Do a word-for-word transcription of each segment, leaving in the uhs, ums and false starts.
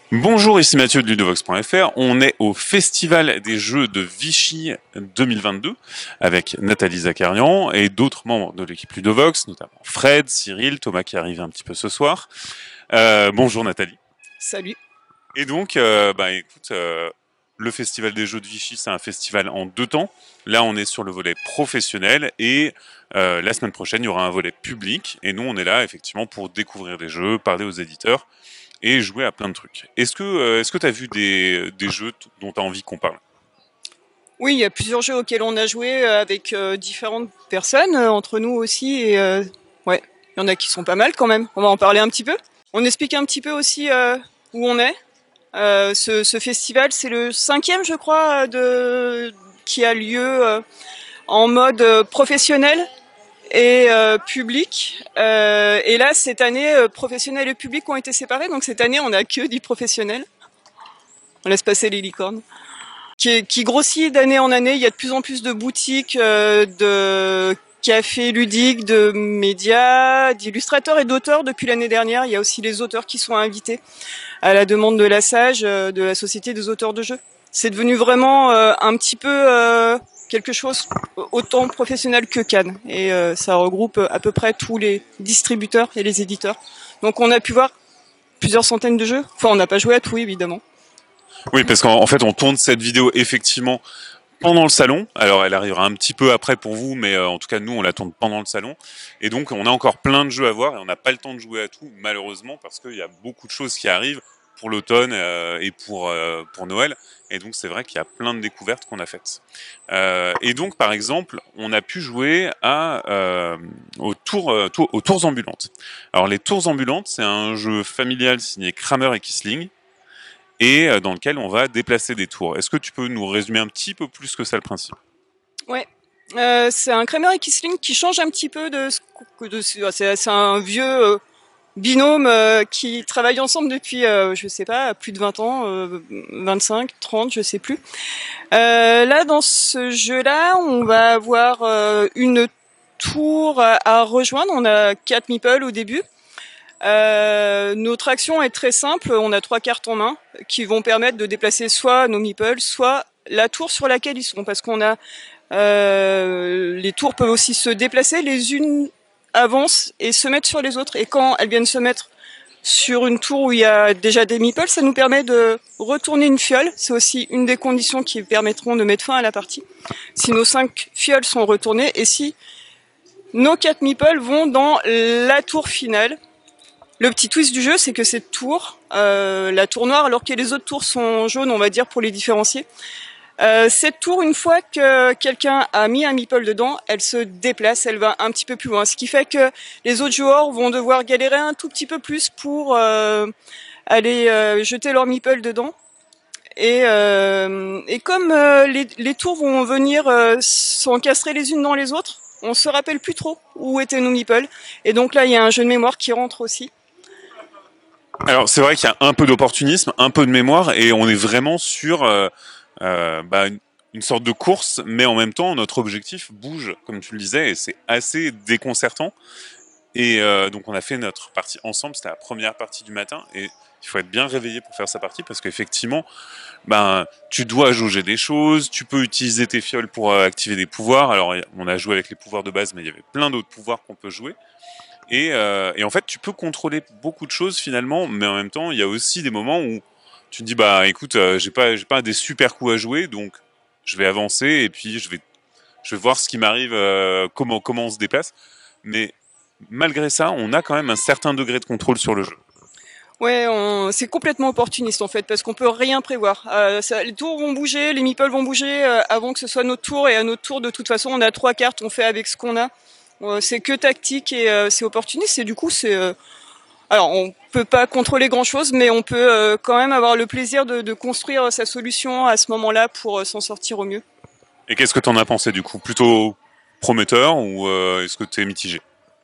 Bonjour, ici Mathieu de Ludovox point F R. On est au Festival des Jeux de Vichy deux mille vingt-deux avec Nathalie Zakarian et d'autres membres de l'équipe Ludovox, notamment Fred, Cyril, Thomas qui arrive un petit peu ce soir. Euh, bonjour Nathalie. Salut. Et donc, euh, bah écoute, euh, le Festival des Jeux de Vichy, c'est un festival en deux temps. Là, on est sur le volet professionnel et euh, la semaine prochaine, il y aura un volet public. Et nous, on est là effectivement pour découvrir des jeux, parler aux éditeurs et jouer à plein de trucs. Est-ce que euh, est-ce que tu as vu des, des jeux t- dont tu as envie qu'on parle? Oui, il y a plusieurs jeux auxquels on a joué euh, avec euh, différentes personnes, euh, entre nous aussi. Et euh, ouais, il y en a qui sont pas mal quand même. On va en parler un petit peu. On explique un petit peu aussi euh, où on est. Euh, ce, ce festival, c'est le cinquième, je crois, de qui a lieu euh, en mode euh, professionnel et euh, public. Euh, et là, cette année, euh, professionnel et public ont été séparés. Donc cette année, on a que du professionnel. On laisse passer les licornes. Qui, qui grossit d'année en année. Il y a de plus en plus de boutiques, euh, de cafés ludiques, de médias, d'illustrateurs et d'auteurs depuis l'année dernière. Il y a aussi les auteurs qui sont invités à la demande de la SAGE, euh, de la Société des auteurs de jeux. C'est devenu vraiment euh, un petit peu euh, quelque chose autant professionnel que Cannes. Et euh, ça regroupe à peu près tous les distributeurs et les éditeurs. Donc on a pu voir plusieurs centaines de jeux. Enfin, on n'a pas joué à tout, évidemment. Oui, parce qu'en en fait, on tourne cette vidéo effectivement pendant le salon. Alors, elle arrivera un petit peu après pour vous, mais euh, en tout cas, nous, on la tourne pendant le salon. Et donc, on a encore plein de jeux à voir et on n'a pas le temps de jouer à tout, malheureusement, parce qu'il y a beaucoup de choses qui arrivent pour l'automne euh, et pour euh, pour Noël. Et donc, c'est vrai qu'il y a plein de découvertes qu'on a faites. Euh, et donc, par exemple, on a pu jouer à euh, aux tours euh, tour- aux tours ambulantes. Alors, les tours ambulantes, c'est un jeu familial signé Kramer et Kissling et euh, dans lequel on va déplacer des tours. Est-ce que tu peux nous résumer un petit peu plus que ça le principe? Ouais. Euh, c'est un Kramer et Kissling qui change un petit peu de, ce que- de ce- c'est c'est un vieux euh, binôme euh, qui travaille ensemble depuis, euh, je sais pas, plus de vingt ans, euh, vingt-cinq, trente, je sais plus. Euh, là, dans ce jeu-là, on va avoir euh, une tour à, à rejoindre. On a quatre meeples au début. Euh, notre action est très simple. On a trois cartes en main qui vont permettre de déplacer soit nos meeples, soit la tour sur laquelle ils sont, parce qu'on a euh, les tours peuvent aussi se déplacer, les unes avancent et se mettent sur les autres. Et quand elles viennent se mettre sur une tour où il y a déjà des meeples, ça nous permet de retourner une fiole. C'est aussi une des conditions qui permettront de mettre fin à la partie. Si nos cinq fioles sont retournées et si nos quatre meeples vont dans la tour finale. Le petit twist du jeu, c'est que cette tour, euh, la tour noire, alors que les autres tours sont jaunes, on va dire, pour les différencier, Euh, cette tour, une fois que quelqu'un a mis un meeple dedans, elle se déplace, elle va un petit peu plus loin. Ce qui fait que les autres joueurs vont devoir galérer un tout petit peu plus pour euh, aller euh, jeter leur meeple dedans. Et, euh, et comme euh, les, les tours vont venir euh, s'encastrer les unes dans les autres, on se rappelle plus trop où étaient nos meeples. Et donc là, il y a un jeu de mémoire qui rentre aussi. Alors, c'est vrai qu'il y a un peu d'opportunisme, un peu de mémoire, et on est vraiment sur euh, euh, bah, une, une sorte de course, mais en même temps, notre objectif bouge, comme tu le disais, et c'est assez déconcertant. Et euh, donc, on a fait notre partie ensemble, c'était la première partie du matin, et il faut être bien réveillé pour faire sa partie, parce qu'effectivement, ben, tu dois jauger des choses, tu peux utiliser tes fioles pour euh, activer des pouvoirs. Alors, on a joué avec les pouvoirs de base, mais il y avait plein d'autres pouvoirs qu'on peut jouer. Et, euh, et en fait, tu peux contrôler beaucoup de choses finalement, mais en même temps, il y a aussi des moments où tu te dis bah écoute, euh, j'ai pas j'ai pas des super coups à jouer, donc je vais avancer et puis je vais je vais voir ce qui m'arrive, euh, comment comment on se déplace. Mais malgré ça, on a quand même un certain degré de contrôle sur le jeu. Ouais, on... c'est complètement opportuniste en fait, parce qu'on peut rien prévoir. Euh, ça, les tours vont bouger, les meeples vont bouger euh, avant que ce soit notre tour, et à notre tour, de toute façon, on a trois cartes, on fait avec ce qu'on a. Euh, c'est que tactique et euh, c'est opportuniste, et du coup, c'est... Euh... Alors, on peut pas contrôler grand-chose, mais on peut euh, quand même avoir le plaisir de, de construire sa solution à ce moment-là pour euh, s'en sortir au mieux. Et qu'est-ce que t'en as pensé du coup? Plutôt prometteur ou euh, est-ce que t'es mitigé?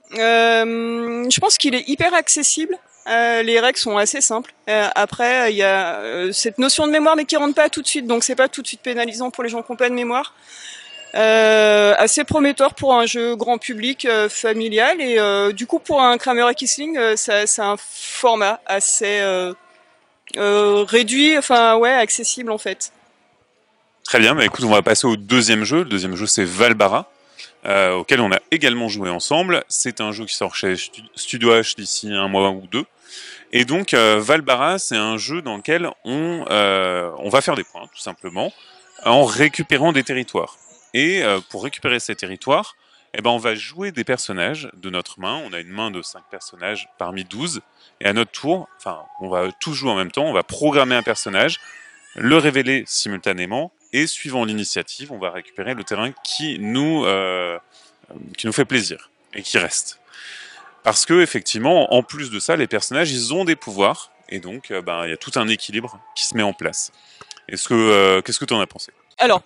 Euh, je pense qu'il est hyper accessible. Euh, les règles sont assez simples. Euh, après, il y a euh, cette notion de mémoire, mais qui rentre pas tout de suite, donc c'est pas tout de suite pénalisant pour les gens qui n'ont pas de mémoire. Euh, assez prometteur pour un jeu grand public euh, familial, et euh, du coup pour un Kramer et Kissling, euh, ça- c'est un format assez euh, euh, réduit, enfin ouais, accessible en fait. Très bien, bah écoute, on va passer au deuxième jeu. Le deuxième jeu, c'est Valbara, euh, auquel on a également joué ensemble. C'est un jeu qui sort chez Studio H d'ici un mois ou deux. Et donc, euh, Valbara, c'est un jeu dans lequel on, euh, on va faire des points, tout simplement, en récupérant des territoires. Et euh, pour récupérer ces territoires, eh ben, on va jouer des personnages de notre main. On a une main de cinq personnages parmi douze. Et à notre tour, enfin, on va tous jouer en même temps. On va programmer un personnage, le révéler simultanément. Et suivant l'initiative, on va récupérer le terrain qui nous, euh, qui nous fait plaisir et qui reste. Parce que effectivement, en plus de ça, les personnages, ils ont des pouvoirs. Et donc, euh, ben, il y a tout un équilibre qui se met en place. Est-ce que, euh, qu'est-ce que tu en as pensé? Alors,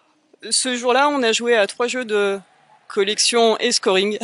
ce jour-là, on a joué à trois jeux de collection et scoring.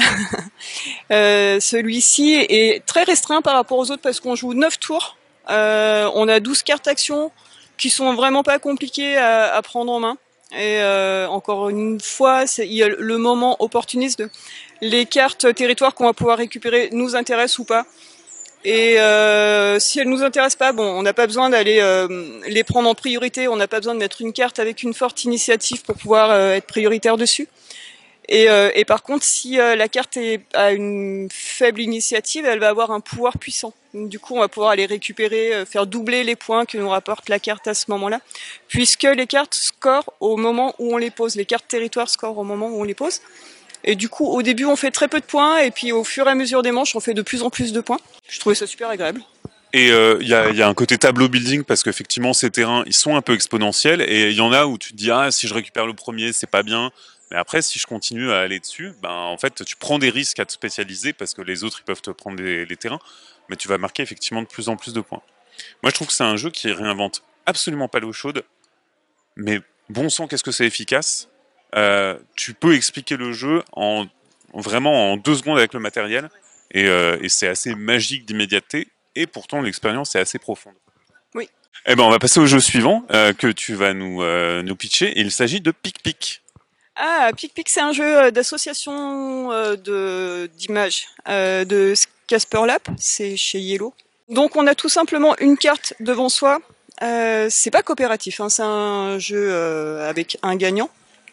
euh, celui-ci est très restreint par rapport aux autres parce qu'on joue neuf tours. Euh, on a douze cartes action qui sont vraiment pas compliquées à, à prendre en main. Et euh, encore une fois, c'est, il y a le moment opportuniste de les cartes territoires qu'on va pouvoir récupérer nous intéressent ou pas. Et euh, si elles nous intéressent pas, bon, on n'a pas besoin d'aller euh, les prendre en priorité. On n'a pas besoin de mettre une carte avec une forte initiative pour pouvoir euh, être prioritaire dessus. Et, euh, et par contre, si euh, la carte est, a une faible initiative, elle va avoir un pouvoir puissant. Donc, du coup, on va pouvoir aller récupérer, euh, faire doubler les points que nous rapporte la carte à ce moment-là, puisque les cartes scorent au moment où on les pose. Les cartes territoires scorent au moment où on les pose. Et du coup, au début, on fait très peu de points, et puis au fur et à mesure des manches, on fait de plus en plus de points. Je trouvais ça super agréable. Et il euh, y, a, y a un côté tableau building parce qu'effectivement ces terrains ils sont un peu exponentiels et il y en a où tu te dis ah si je récupère le premier c'est pas bien, mais après si je continue à aller dessus, ben en fait tu prends des risques à te spécialiser parce que les autres ils peuvent te prendre des, les terrains, mais tu vas marquer effectivement de plus en plus de points. Moi je trouve que c'est un jeu qui réinvente absolument pas l'eau chaude, mais bon sang qu'est-ce que c'est efficace. Euh, tu peux expliquer le jeu en vraiment en deux secondes avec le matériel et, euh, et c'est assez magique d'immédiateté. Et pourtant, l'expérience est assez profonde. Oui. Eh ben, on va passer au jeu suivant euh, que tu vas nous, euh, nous pitcher. Il s'agit de Pic Pic. Ah, Pic Pic, c'est un jeu d'association euh, de d'images euh, de Casper Lab. C'est chez Yellow. Donc, on a tout simplement une carte devant soi. Euh, c'est pas coopératif, hein, c'est un jeu euh, avec un gagnant.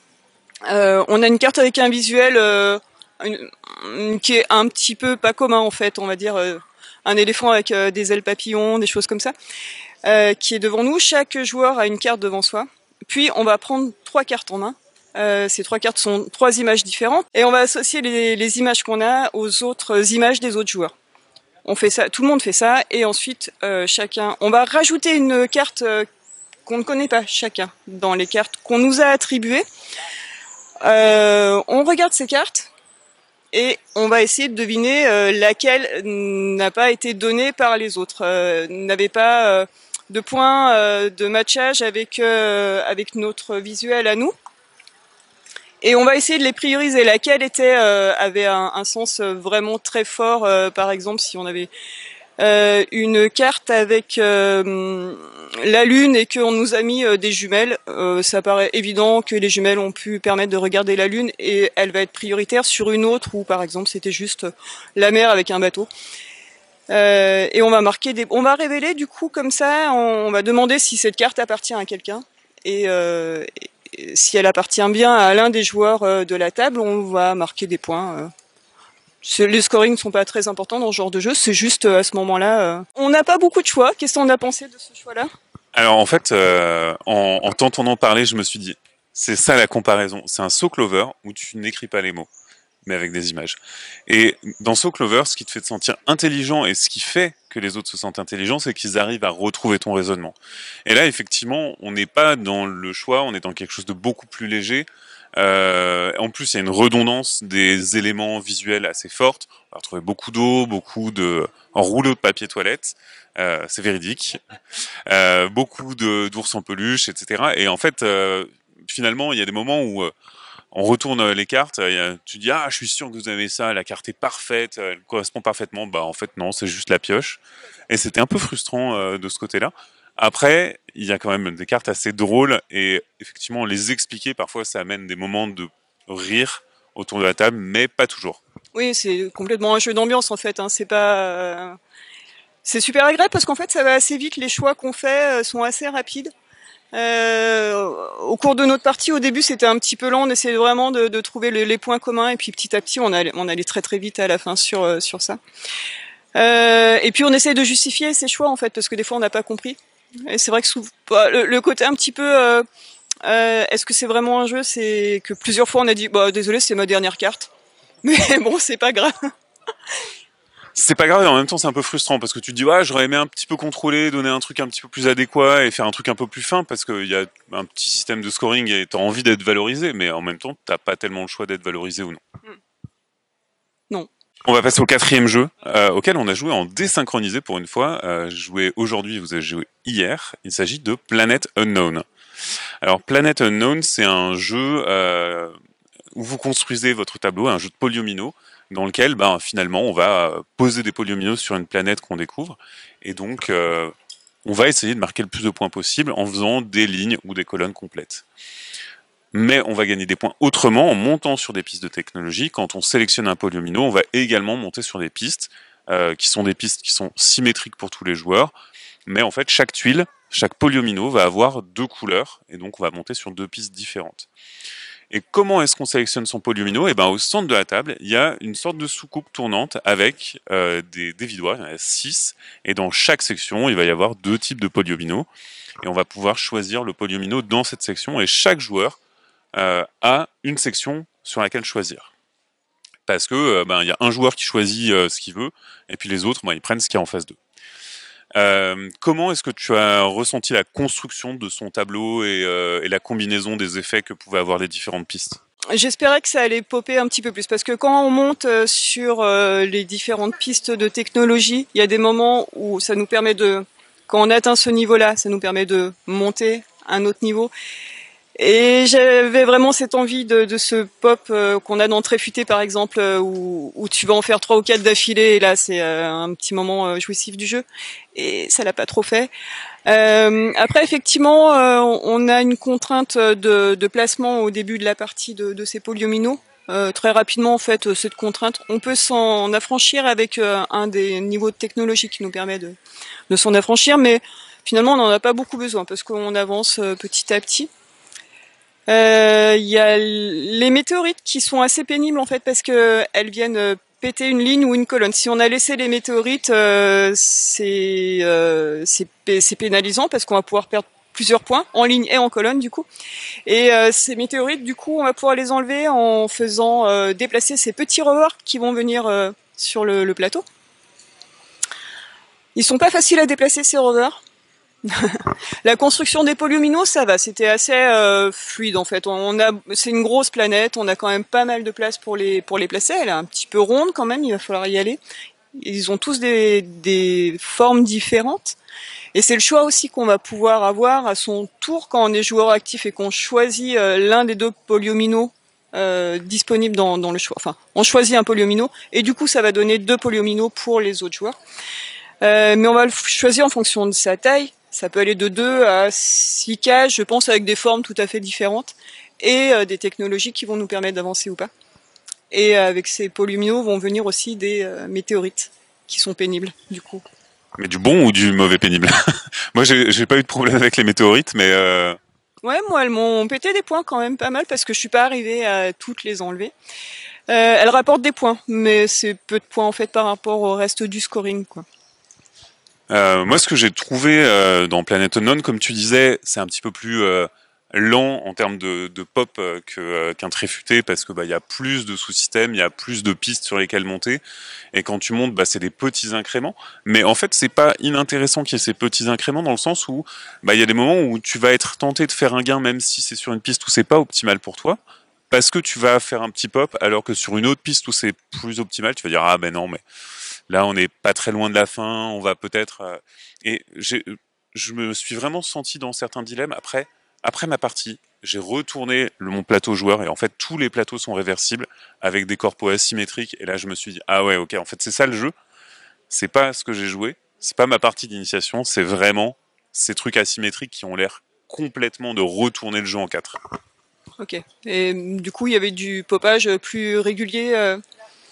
Euh, on a une carte avec un visuel euh, une, une, qui est un petit peu pas commun en fait, on va dire euh, un éléphant avec euh, des ailes papillons, des choses comme ça, euh, qui est devant nous. Chaque joueur a une carte devant soi. Puis on va prendre trois cartes en main. Euh, ces trois cartes sont trois images différentes et on va associer les, les images qu'on a aux autres images des autres joueurs. On fait ça, tout le monde fait ça et ensuite euh, chacun, on va rajouter une carte euh, qu'on ne connaît pas chacun dans les cartes qu'on nous a attribuées. Euh, on regarde ces cartes et on va essayer de deviner euh, laquelle n'a pas été donnée par les autres, euh, n'avait pas euh, de points euh, de matchage avec euh, avec notre visuel à nous. Et on va essayer de les prioriser. Laquelle était euh, avait un, un sens vraiment très fort. Euh, par exemple, si on avait euh, une carte avec euh, la lune et qu'on nous a mis euh, des jumelles, euh, ça paraît évident que les jumelles ont pu permettre de regarder la lune et elle va être prioritaire sur une autre où par exemple c'était juste la mer avec un bateau. Euh, et on va marquer des, on va révéler du coup comme ça, on, on va demander si cette carte appartient à quelqu'un et, euh, et si elle appartient bien à l'un des joueurs euh, de la table, on va marquer des points. Euh, les scorings ne sont pas très importants dans ce genre de jeu, c'est juste euh, à ce moment-là. Euh... On n'a pas beaucoup de choix. Qu'est-ce qu'on a pensé de ce choix-là? Alors en fait, euh, en, en t'entendant parler, je me suis dit, c'est ça la comparaison. C'est un saut clover où tu n'écris pas les mots, mais avec des images. Et dans saut clover, ce qui te fait te sentir intelligent et ce qui fait que les autres se sentent intelligents, c'est qu'ils arrivent à retrouver ton raisonnement. Et là, effectivement, on n'est pas dans le choix, on est dans quelque chose de beaucoup plus léger. Euh, en plus, il y a une redondance des éléments visuels assez forte. On va retrouver beaucoup d'eau, beaucoup de en rouleau de papier toilette. Euh, c'est véridique. Euh, beaucoup de d'ours en peluche, et cetera. Et en fait, euh, finalement, il y a des moments où euh, on retourne les cartes. Y a, tu dis ah, je suis sûr que vous avez ça. La carte est parfaite, elle correspond parfaitement. Bah en fait non, c'est juste la pioche. Et c'était un peu frustrant euh, de ce côté-là. Après, il y a quand même des cartes assez drôles et effectivement, les expliquer, parfois, ça amène des moments de rire autour de la table, mais pas toujours. Oui, c'est complètement un jeu d'ambiance en fait. Hein. C'est pas, euh, c'est super agréable parce qu'en fait, ça va assez vite. Les choix qu'on fait euh, sont assez rapides. Euh, au cours de notre partie, au début, c'était un petit peu lent. On essayait vraiment de, de trouver les, les points communs, et puis petit à petit, on allait, on allait très très vite à la fin sur euh, sur ça. Euh, et puis, on essaye de justifier ces choix en fait, parce que des fois, on n'a pas compris. Et c'est vrai que souvent, bah, le, le côté un petit peu, euh, euh, est-ce que c'est vraiment un jeu, c'est que plusieurs fois, on a dit, bah désolé, c'est ma dernière carte. Mais bon, c'est pas grave. C'est pas grave, et en même temps c'est un peu frustrant parce que tu te dis ouais, j'aurais aimé un petit peu contrôler, donner un truc un petit peu plus adéquat et faire un truc un peu plus fin parce qu'il y a un petit système de scoring et t'as envie d'être valorisé, mais en même temps t'as pas tellement le choix d'être valorisé ou non. Non. On va passer au quatrième jeu euh, auquel on a joué en désynchronisé pour une fois. Euh, joué aujourd'hui, vous avez joué hier. Il s'agit de Planet Unknown. Alors Planet Unknown, c'est un jeu euh, où vous construisez votre tableau, un jeu de polyomino, dans lequel ben, finalement on va poser des polyominoes sur une planète qu'on découvre, et donc euh, on va essayer de marquer le plus de points possible en faisant des lignes ou des colonnes complètes. Mais on va gagner des points autrement en montant sur des pistes de technologie. Quand on sélectionne un polyomino, on va également monter sur des pistes euh, qui sont des pistes qui sont symétriques pour tous les joueurs, mais en fait chaque tuile, chaque polyomino va avoir deux couleurs, et donc on va monter sur deux pistes différentes. Et comment est-ce qu'on sélectionne son polyomino? Et ben au centre de la table, il y a une sorte de soucoupe tournante avec euh, des, des vidoirs, il y en a six, et dans chaque section, il va y avoir deux types de polyomino, et on va pouvoir choisir le polyomino dans cette section, et chaque joueur euh, a une section sur laquelle choisir. Parce que euh, ben, il y a un joueur qui choisit euh, ce qu'il veut, et puis les autres, ben, ils prennent ce qu'il y a en face d'eux. Euh, comment est-ce que tu as ressenti la construction de son tableau et, euh, et la combinaison des effets que pouvaient avoir les différentes pistes? J'espérais que ça allait popper un petit peu plus parce que quand on monte sur euh, les différentes pistes de technologie, il y a des moments où ça nous permet de, quand on atteint ce niveau-là, ça nous permet de monter à un autre niveau. Et j'avais vraiment cette envie de, de ce pop euh, qu'on a dans Tréfuté par exemple, euh, où, où tu vas en faire trois ou quatre d'affilée, et là c'est euh, un petit moment euh, jouissif du jeu, et ça l'a pas trop fait. Euh, après effectivement, euh, on a une contrainte de, de placement au début de la partie de, de ces polyomino. Euh, très rapidement en fait, cette contrainte, on peut s'en affranchir avec euh, un des niveaux de technologie qui nous permet de, de s'en affranchir, mais finalement on n'en a pas beaucoup besoin parce qu'on avance euh, petit à petit. Il euh, y a les météorites qui sont assez pénibles en fait parce que elles viennent péter une ligne ou une colonne. Si on a laissé les météorites, euh, c'est euh, c'est pénalisant parce qu'on va pouvoir perdre plusieurs points en ligne et en colonne du coup. Et euh, ces météorites, du coup, on va pouvoir les enlever en faisant euh, déplacer ces petits rovers qui vont venir euh, sur le, le plateau. Ils sont pas faciles à déplacer ces rovers. La construction des polyomino, ça va, c'était assez euh, fluide en fait. On a, c'est une grosse planète, on a quand même pas mal de place pour les pour les placer. Elle est un petit peu ronde quand même, il va falloir y aller. Ils ont tous des des formes différentes, et c'est le choix aussi qu'on va pouvoir avoir à son tour quand on est joueur actif et qu'on choisit euh, l'un des deux polyomino euh, disponibles dans dans le choix. Enfin, on choisit un polyomino et du coup ça va donner deux polyomino pour les autres joueurs. Euh, mais on va le choisir en fonction de sa taille. Ça peut aller de deux à six cases, je pense, avec des formes tout à fait différentes et euh, des technologies qui vont nous permettre d'avancer ou pas. Et euh, avec ces polyomino vont venir aussi des euh, météorites qui sont pénibles, du coup. Mais du bon ou du mauvais pénible? Moi, j'ai, j'ai pas eu de problème avec les météorites, mais... Euh... Ouais, moi, elles m'ont pété des points quand même pas mal parce que je suis pas arrivée à toutes les enlever. Euh, elles rapportent des points, mais c'est peu de points en fait par rapport au reste du scoring, quoi. Euh, moi, ce que j'ai trouvé euh, dans Planet Unknown, comme tu disais, c'est un petit peu plus euh, lent en termes de, de pop euh, que, euh, qu'un Tréfuté, parce que bah il y a plus de sous-systèmes, il y a plus de pistes sur lesquelles monter, et quand tu montes, bah c'est des petits incréments. Mais en fait, c'est pas inintéressant qu'il y ait ces petits incréments dans le sens où bah il y a des moments où tu vas être tenté de faire un gain, même si c'est sur une piste où c'est pas optimal pour toi, parce que tu vas faire un petit pop, alors que sur une autre piste où c'est plus optimal, tu vas dire ah ben non mais là, on n'est pas très loin de la fin, on va peut-être... Euh... Et j'ai, je me suis vraiment senti dans certains dilemmes. Après, après ma partie, j'ai retourné le, mon plateau joueur, et en fait, tous les plateaux sont réversibles, avec des corpos asymétriques, et là, je me suis dit, ah ouais, ok, en fait, c'est ça le jeu, c'est pas ce que j'ai joué, c'est pas ma partie d'initiation, c'est vraiment ces trucs asymétriques qui ont l'air complètement de retourner le jeu en quatre. Ok. Et du coup, il y avait du popage plus régulier euh...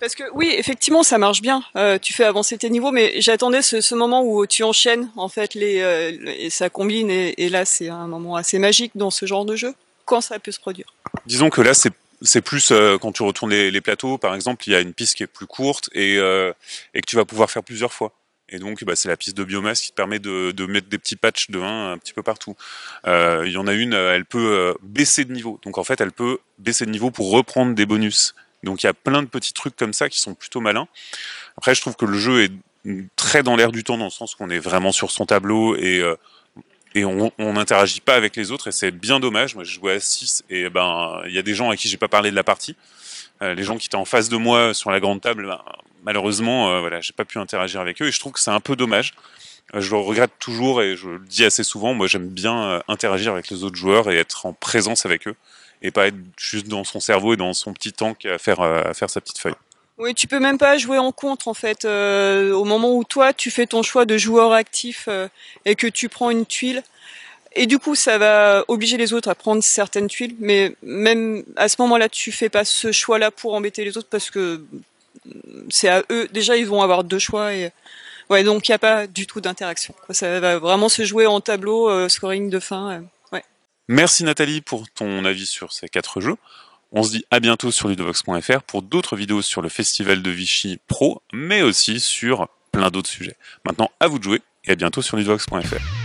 Parce que oui, effectivement, ça marche bien. Euh, tu fais avancer tes niveaux, mais j'attendais ce, ce moment où tu enchaînes en fait les euh, et ça combine et, et là c'est un moment assez magique dans ce genre de jeu. Quand ça peut se produire? Disons que là, c'est c'est plus euh, quand tu retournes les, les plateaux, par exemple, il y a une piste qui est plus courte et, euh, et que tu vas pouvoir faire plusieurs fois. Et donc, bah, c'est la piste de biomasse qui te permet de, de mettre des petits patchs de vin un petit peu partout. Euh, Il y en a une, euh, elle peut euh, baisser de niveau. Donc, en fait, elle peut baisser de niveau pour reprendre des bonus. Donc, il y a plein de petits trucs comme ça qui sont plutôt malins. Après, je trouve que le jeu est très dans l'air du temps dans le sens qu'on est vraiment sur son tableau et euh, et on on n'interagit pas avec les autres et c'est bien dommage. Moi, je jouais à six et ben il y a des gens à qui j'ai pas parlé de la partie. Euh, les gens qui étaient en face de moi sur la grande table, ben, malheureusement, euh, voilà, j'ai pas pu interagir avec eux et je trouve que c'est un peu dommage. Euh, je le regrette toujours et je le dis assez souvent. Moi, j'aime bien euh, interagir avec les autres joueurs et être en présence avec eux et pas être juste dans son cerveau et dans son petit tank à faire euh, à faire sa petite feuille. Oui, tu peux même pas jouer en contre en fait. Euh, au moment où toi tu fais ton choix de joueur actif euh, et que tu prends une tuile, et du coup ça va obliger les autres à prendre certaines tuiles, mais même à ce moment-là tu fais pas ce choix-là pour embêter les autres parce que c'est à eux. Déjà ils vont avoir deux choix et ouais donc il y a pas du tout d'interaction. Ça va vraiment se jouer en tableau euh, scoring de fin. Euh, ouais. Merci Nathalie pour ton avis sur ces quatre jeux. On se dit à bientôt sur ludovox point f r pour d'autres vidéos sur le Festival de Vichy Pro, mais aussi sur plein d'autres sujets. Maintenant, à vous de jouer et à bientôt sur ludovox point f r.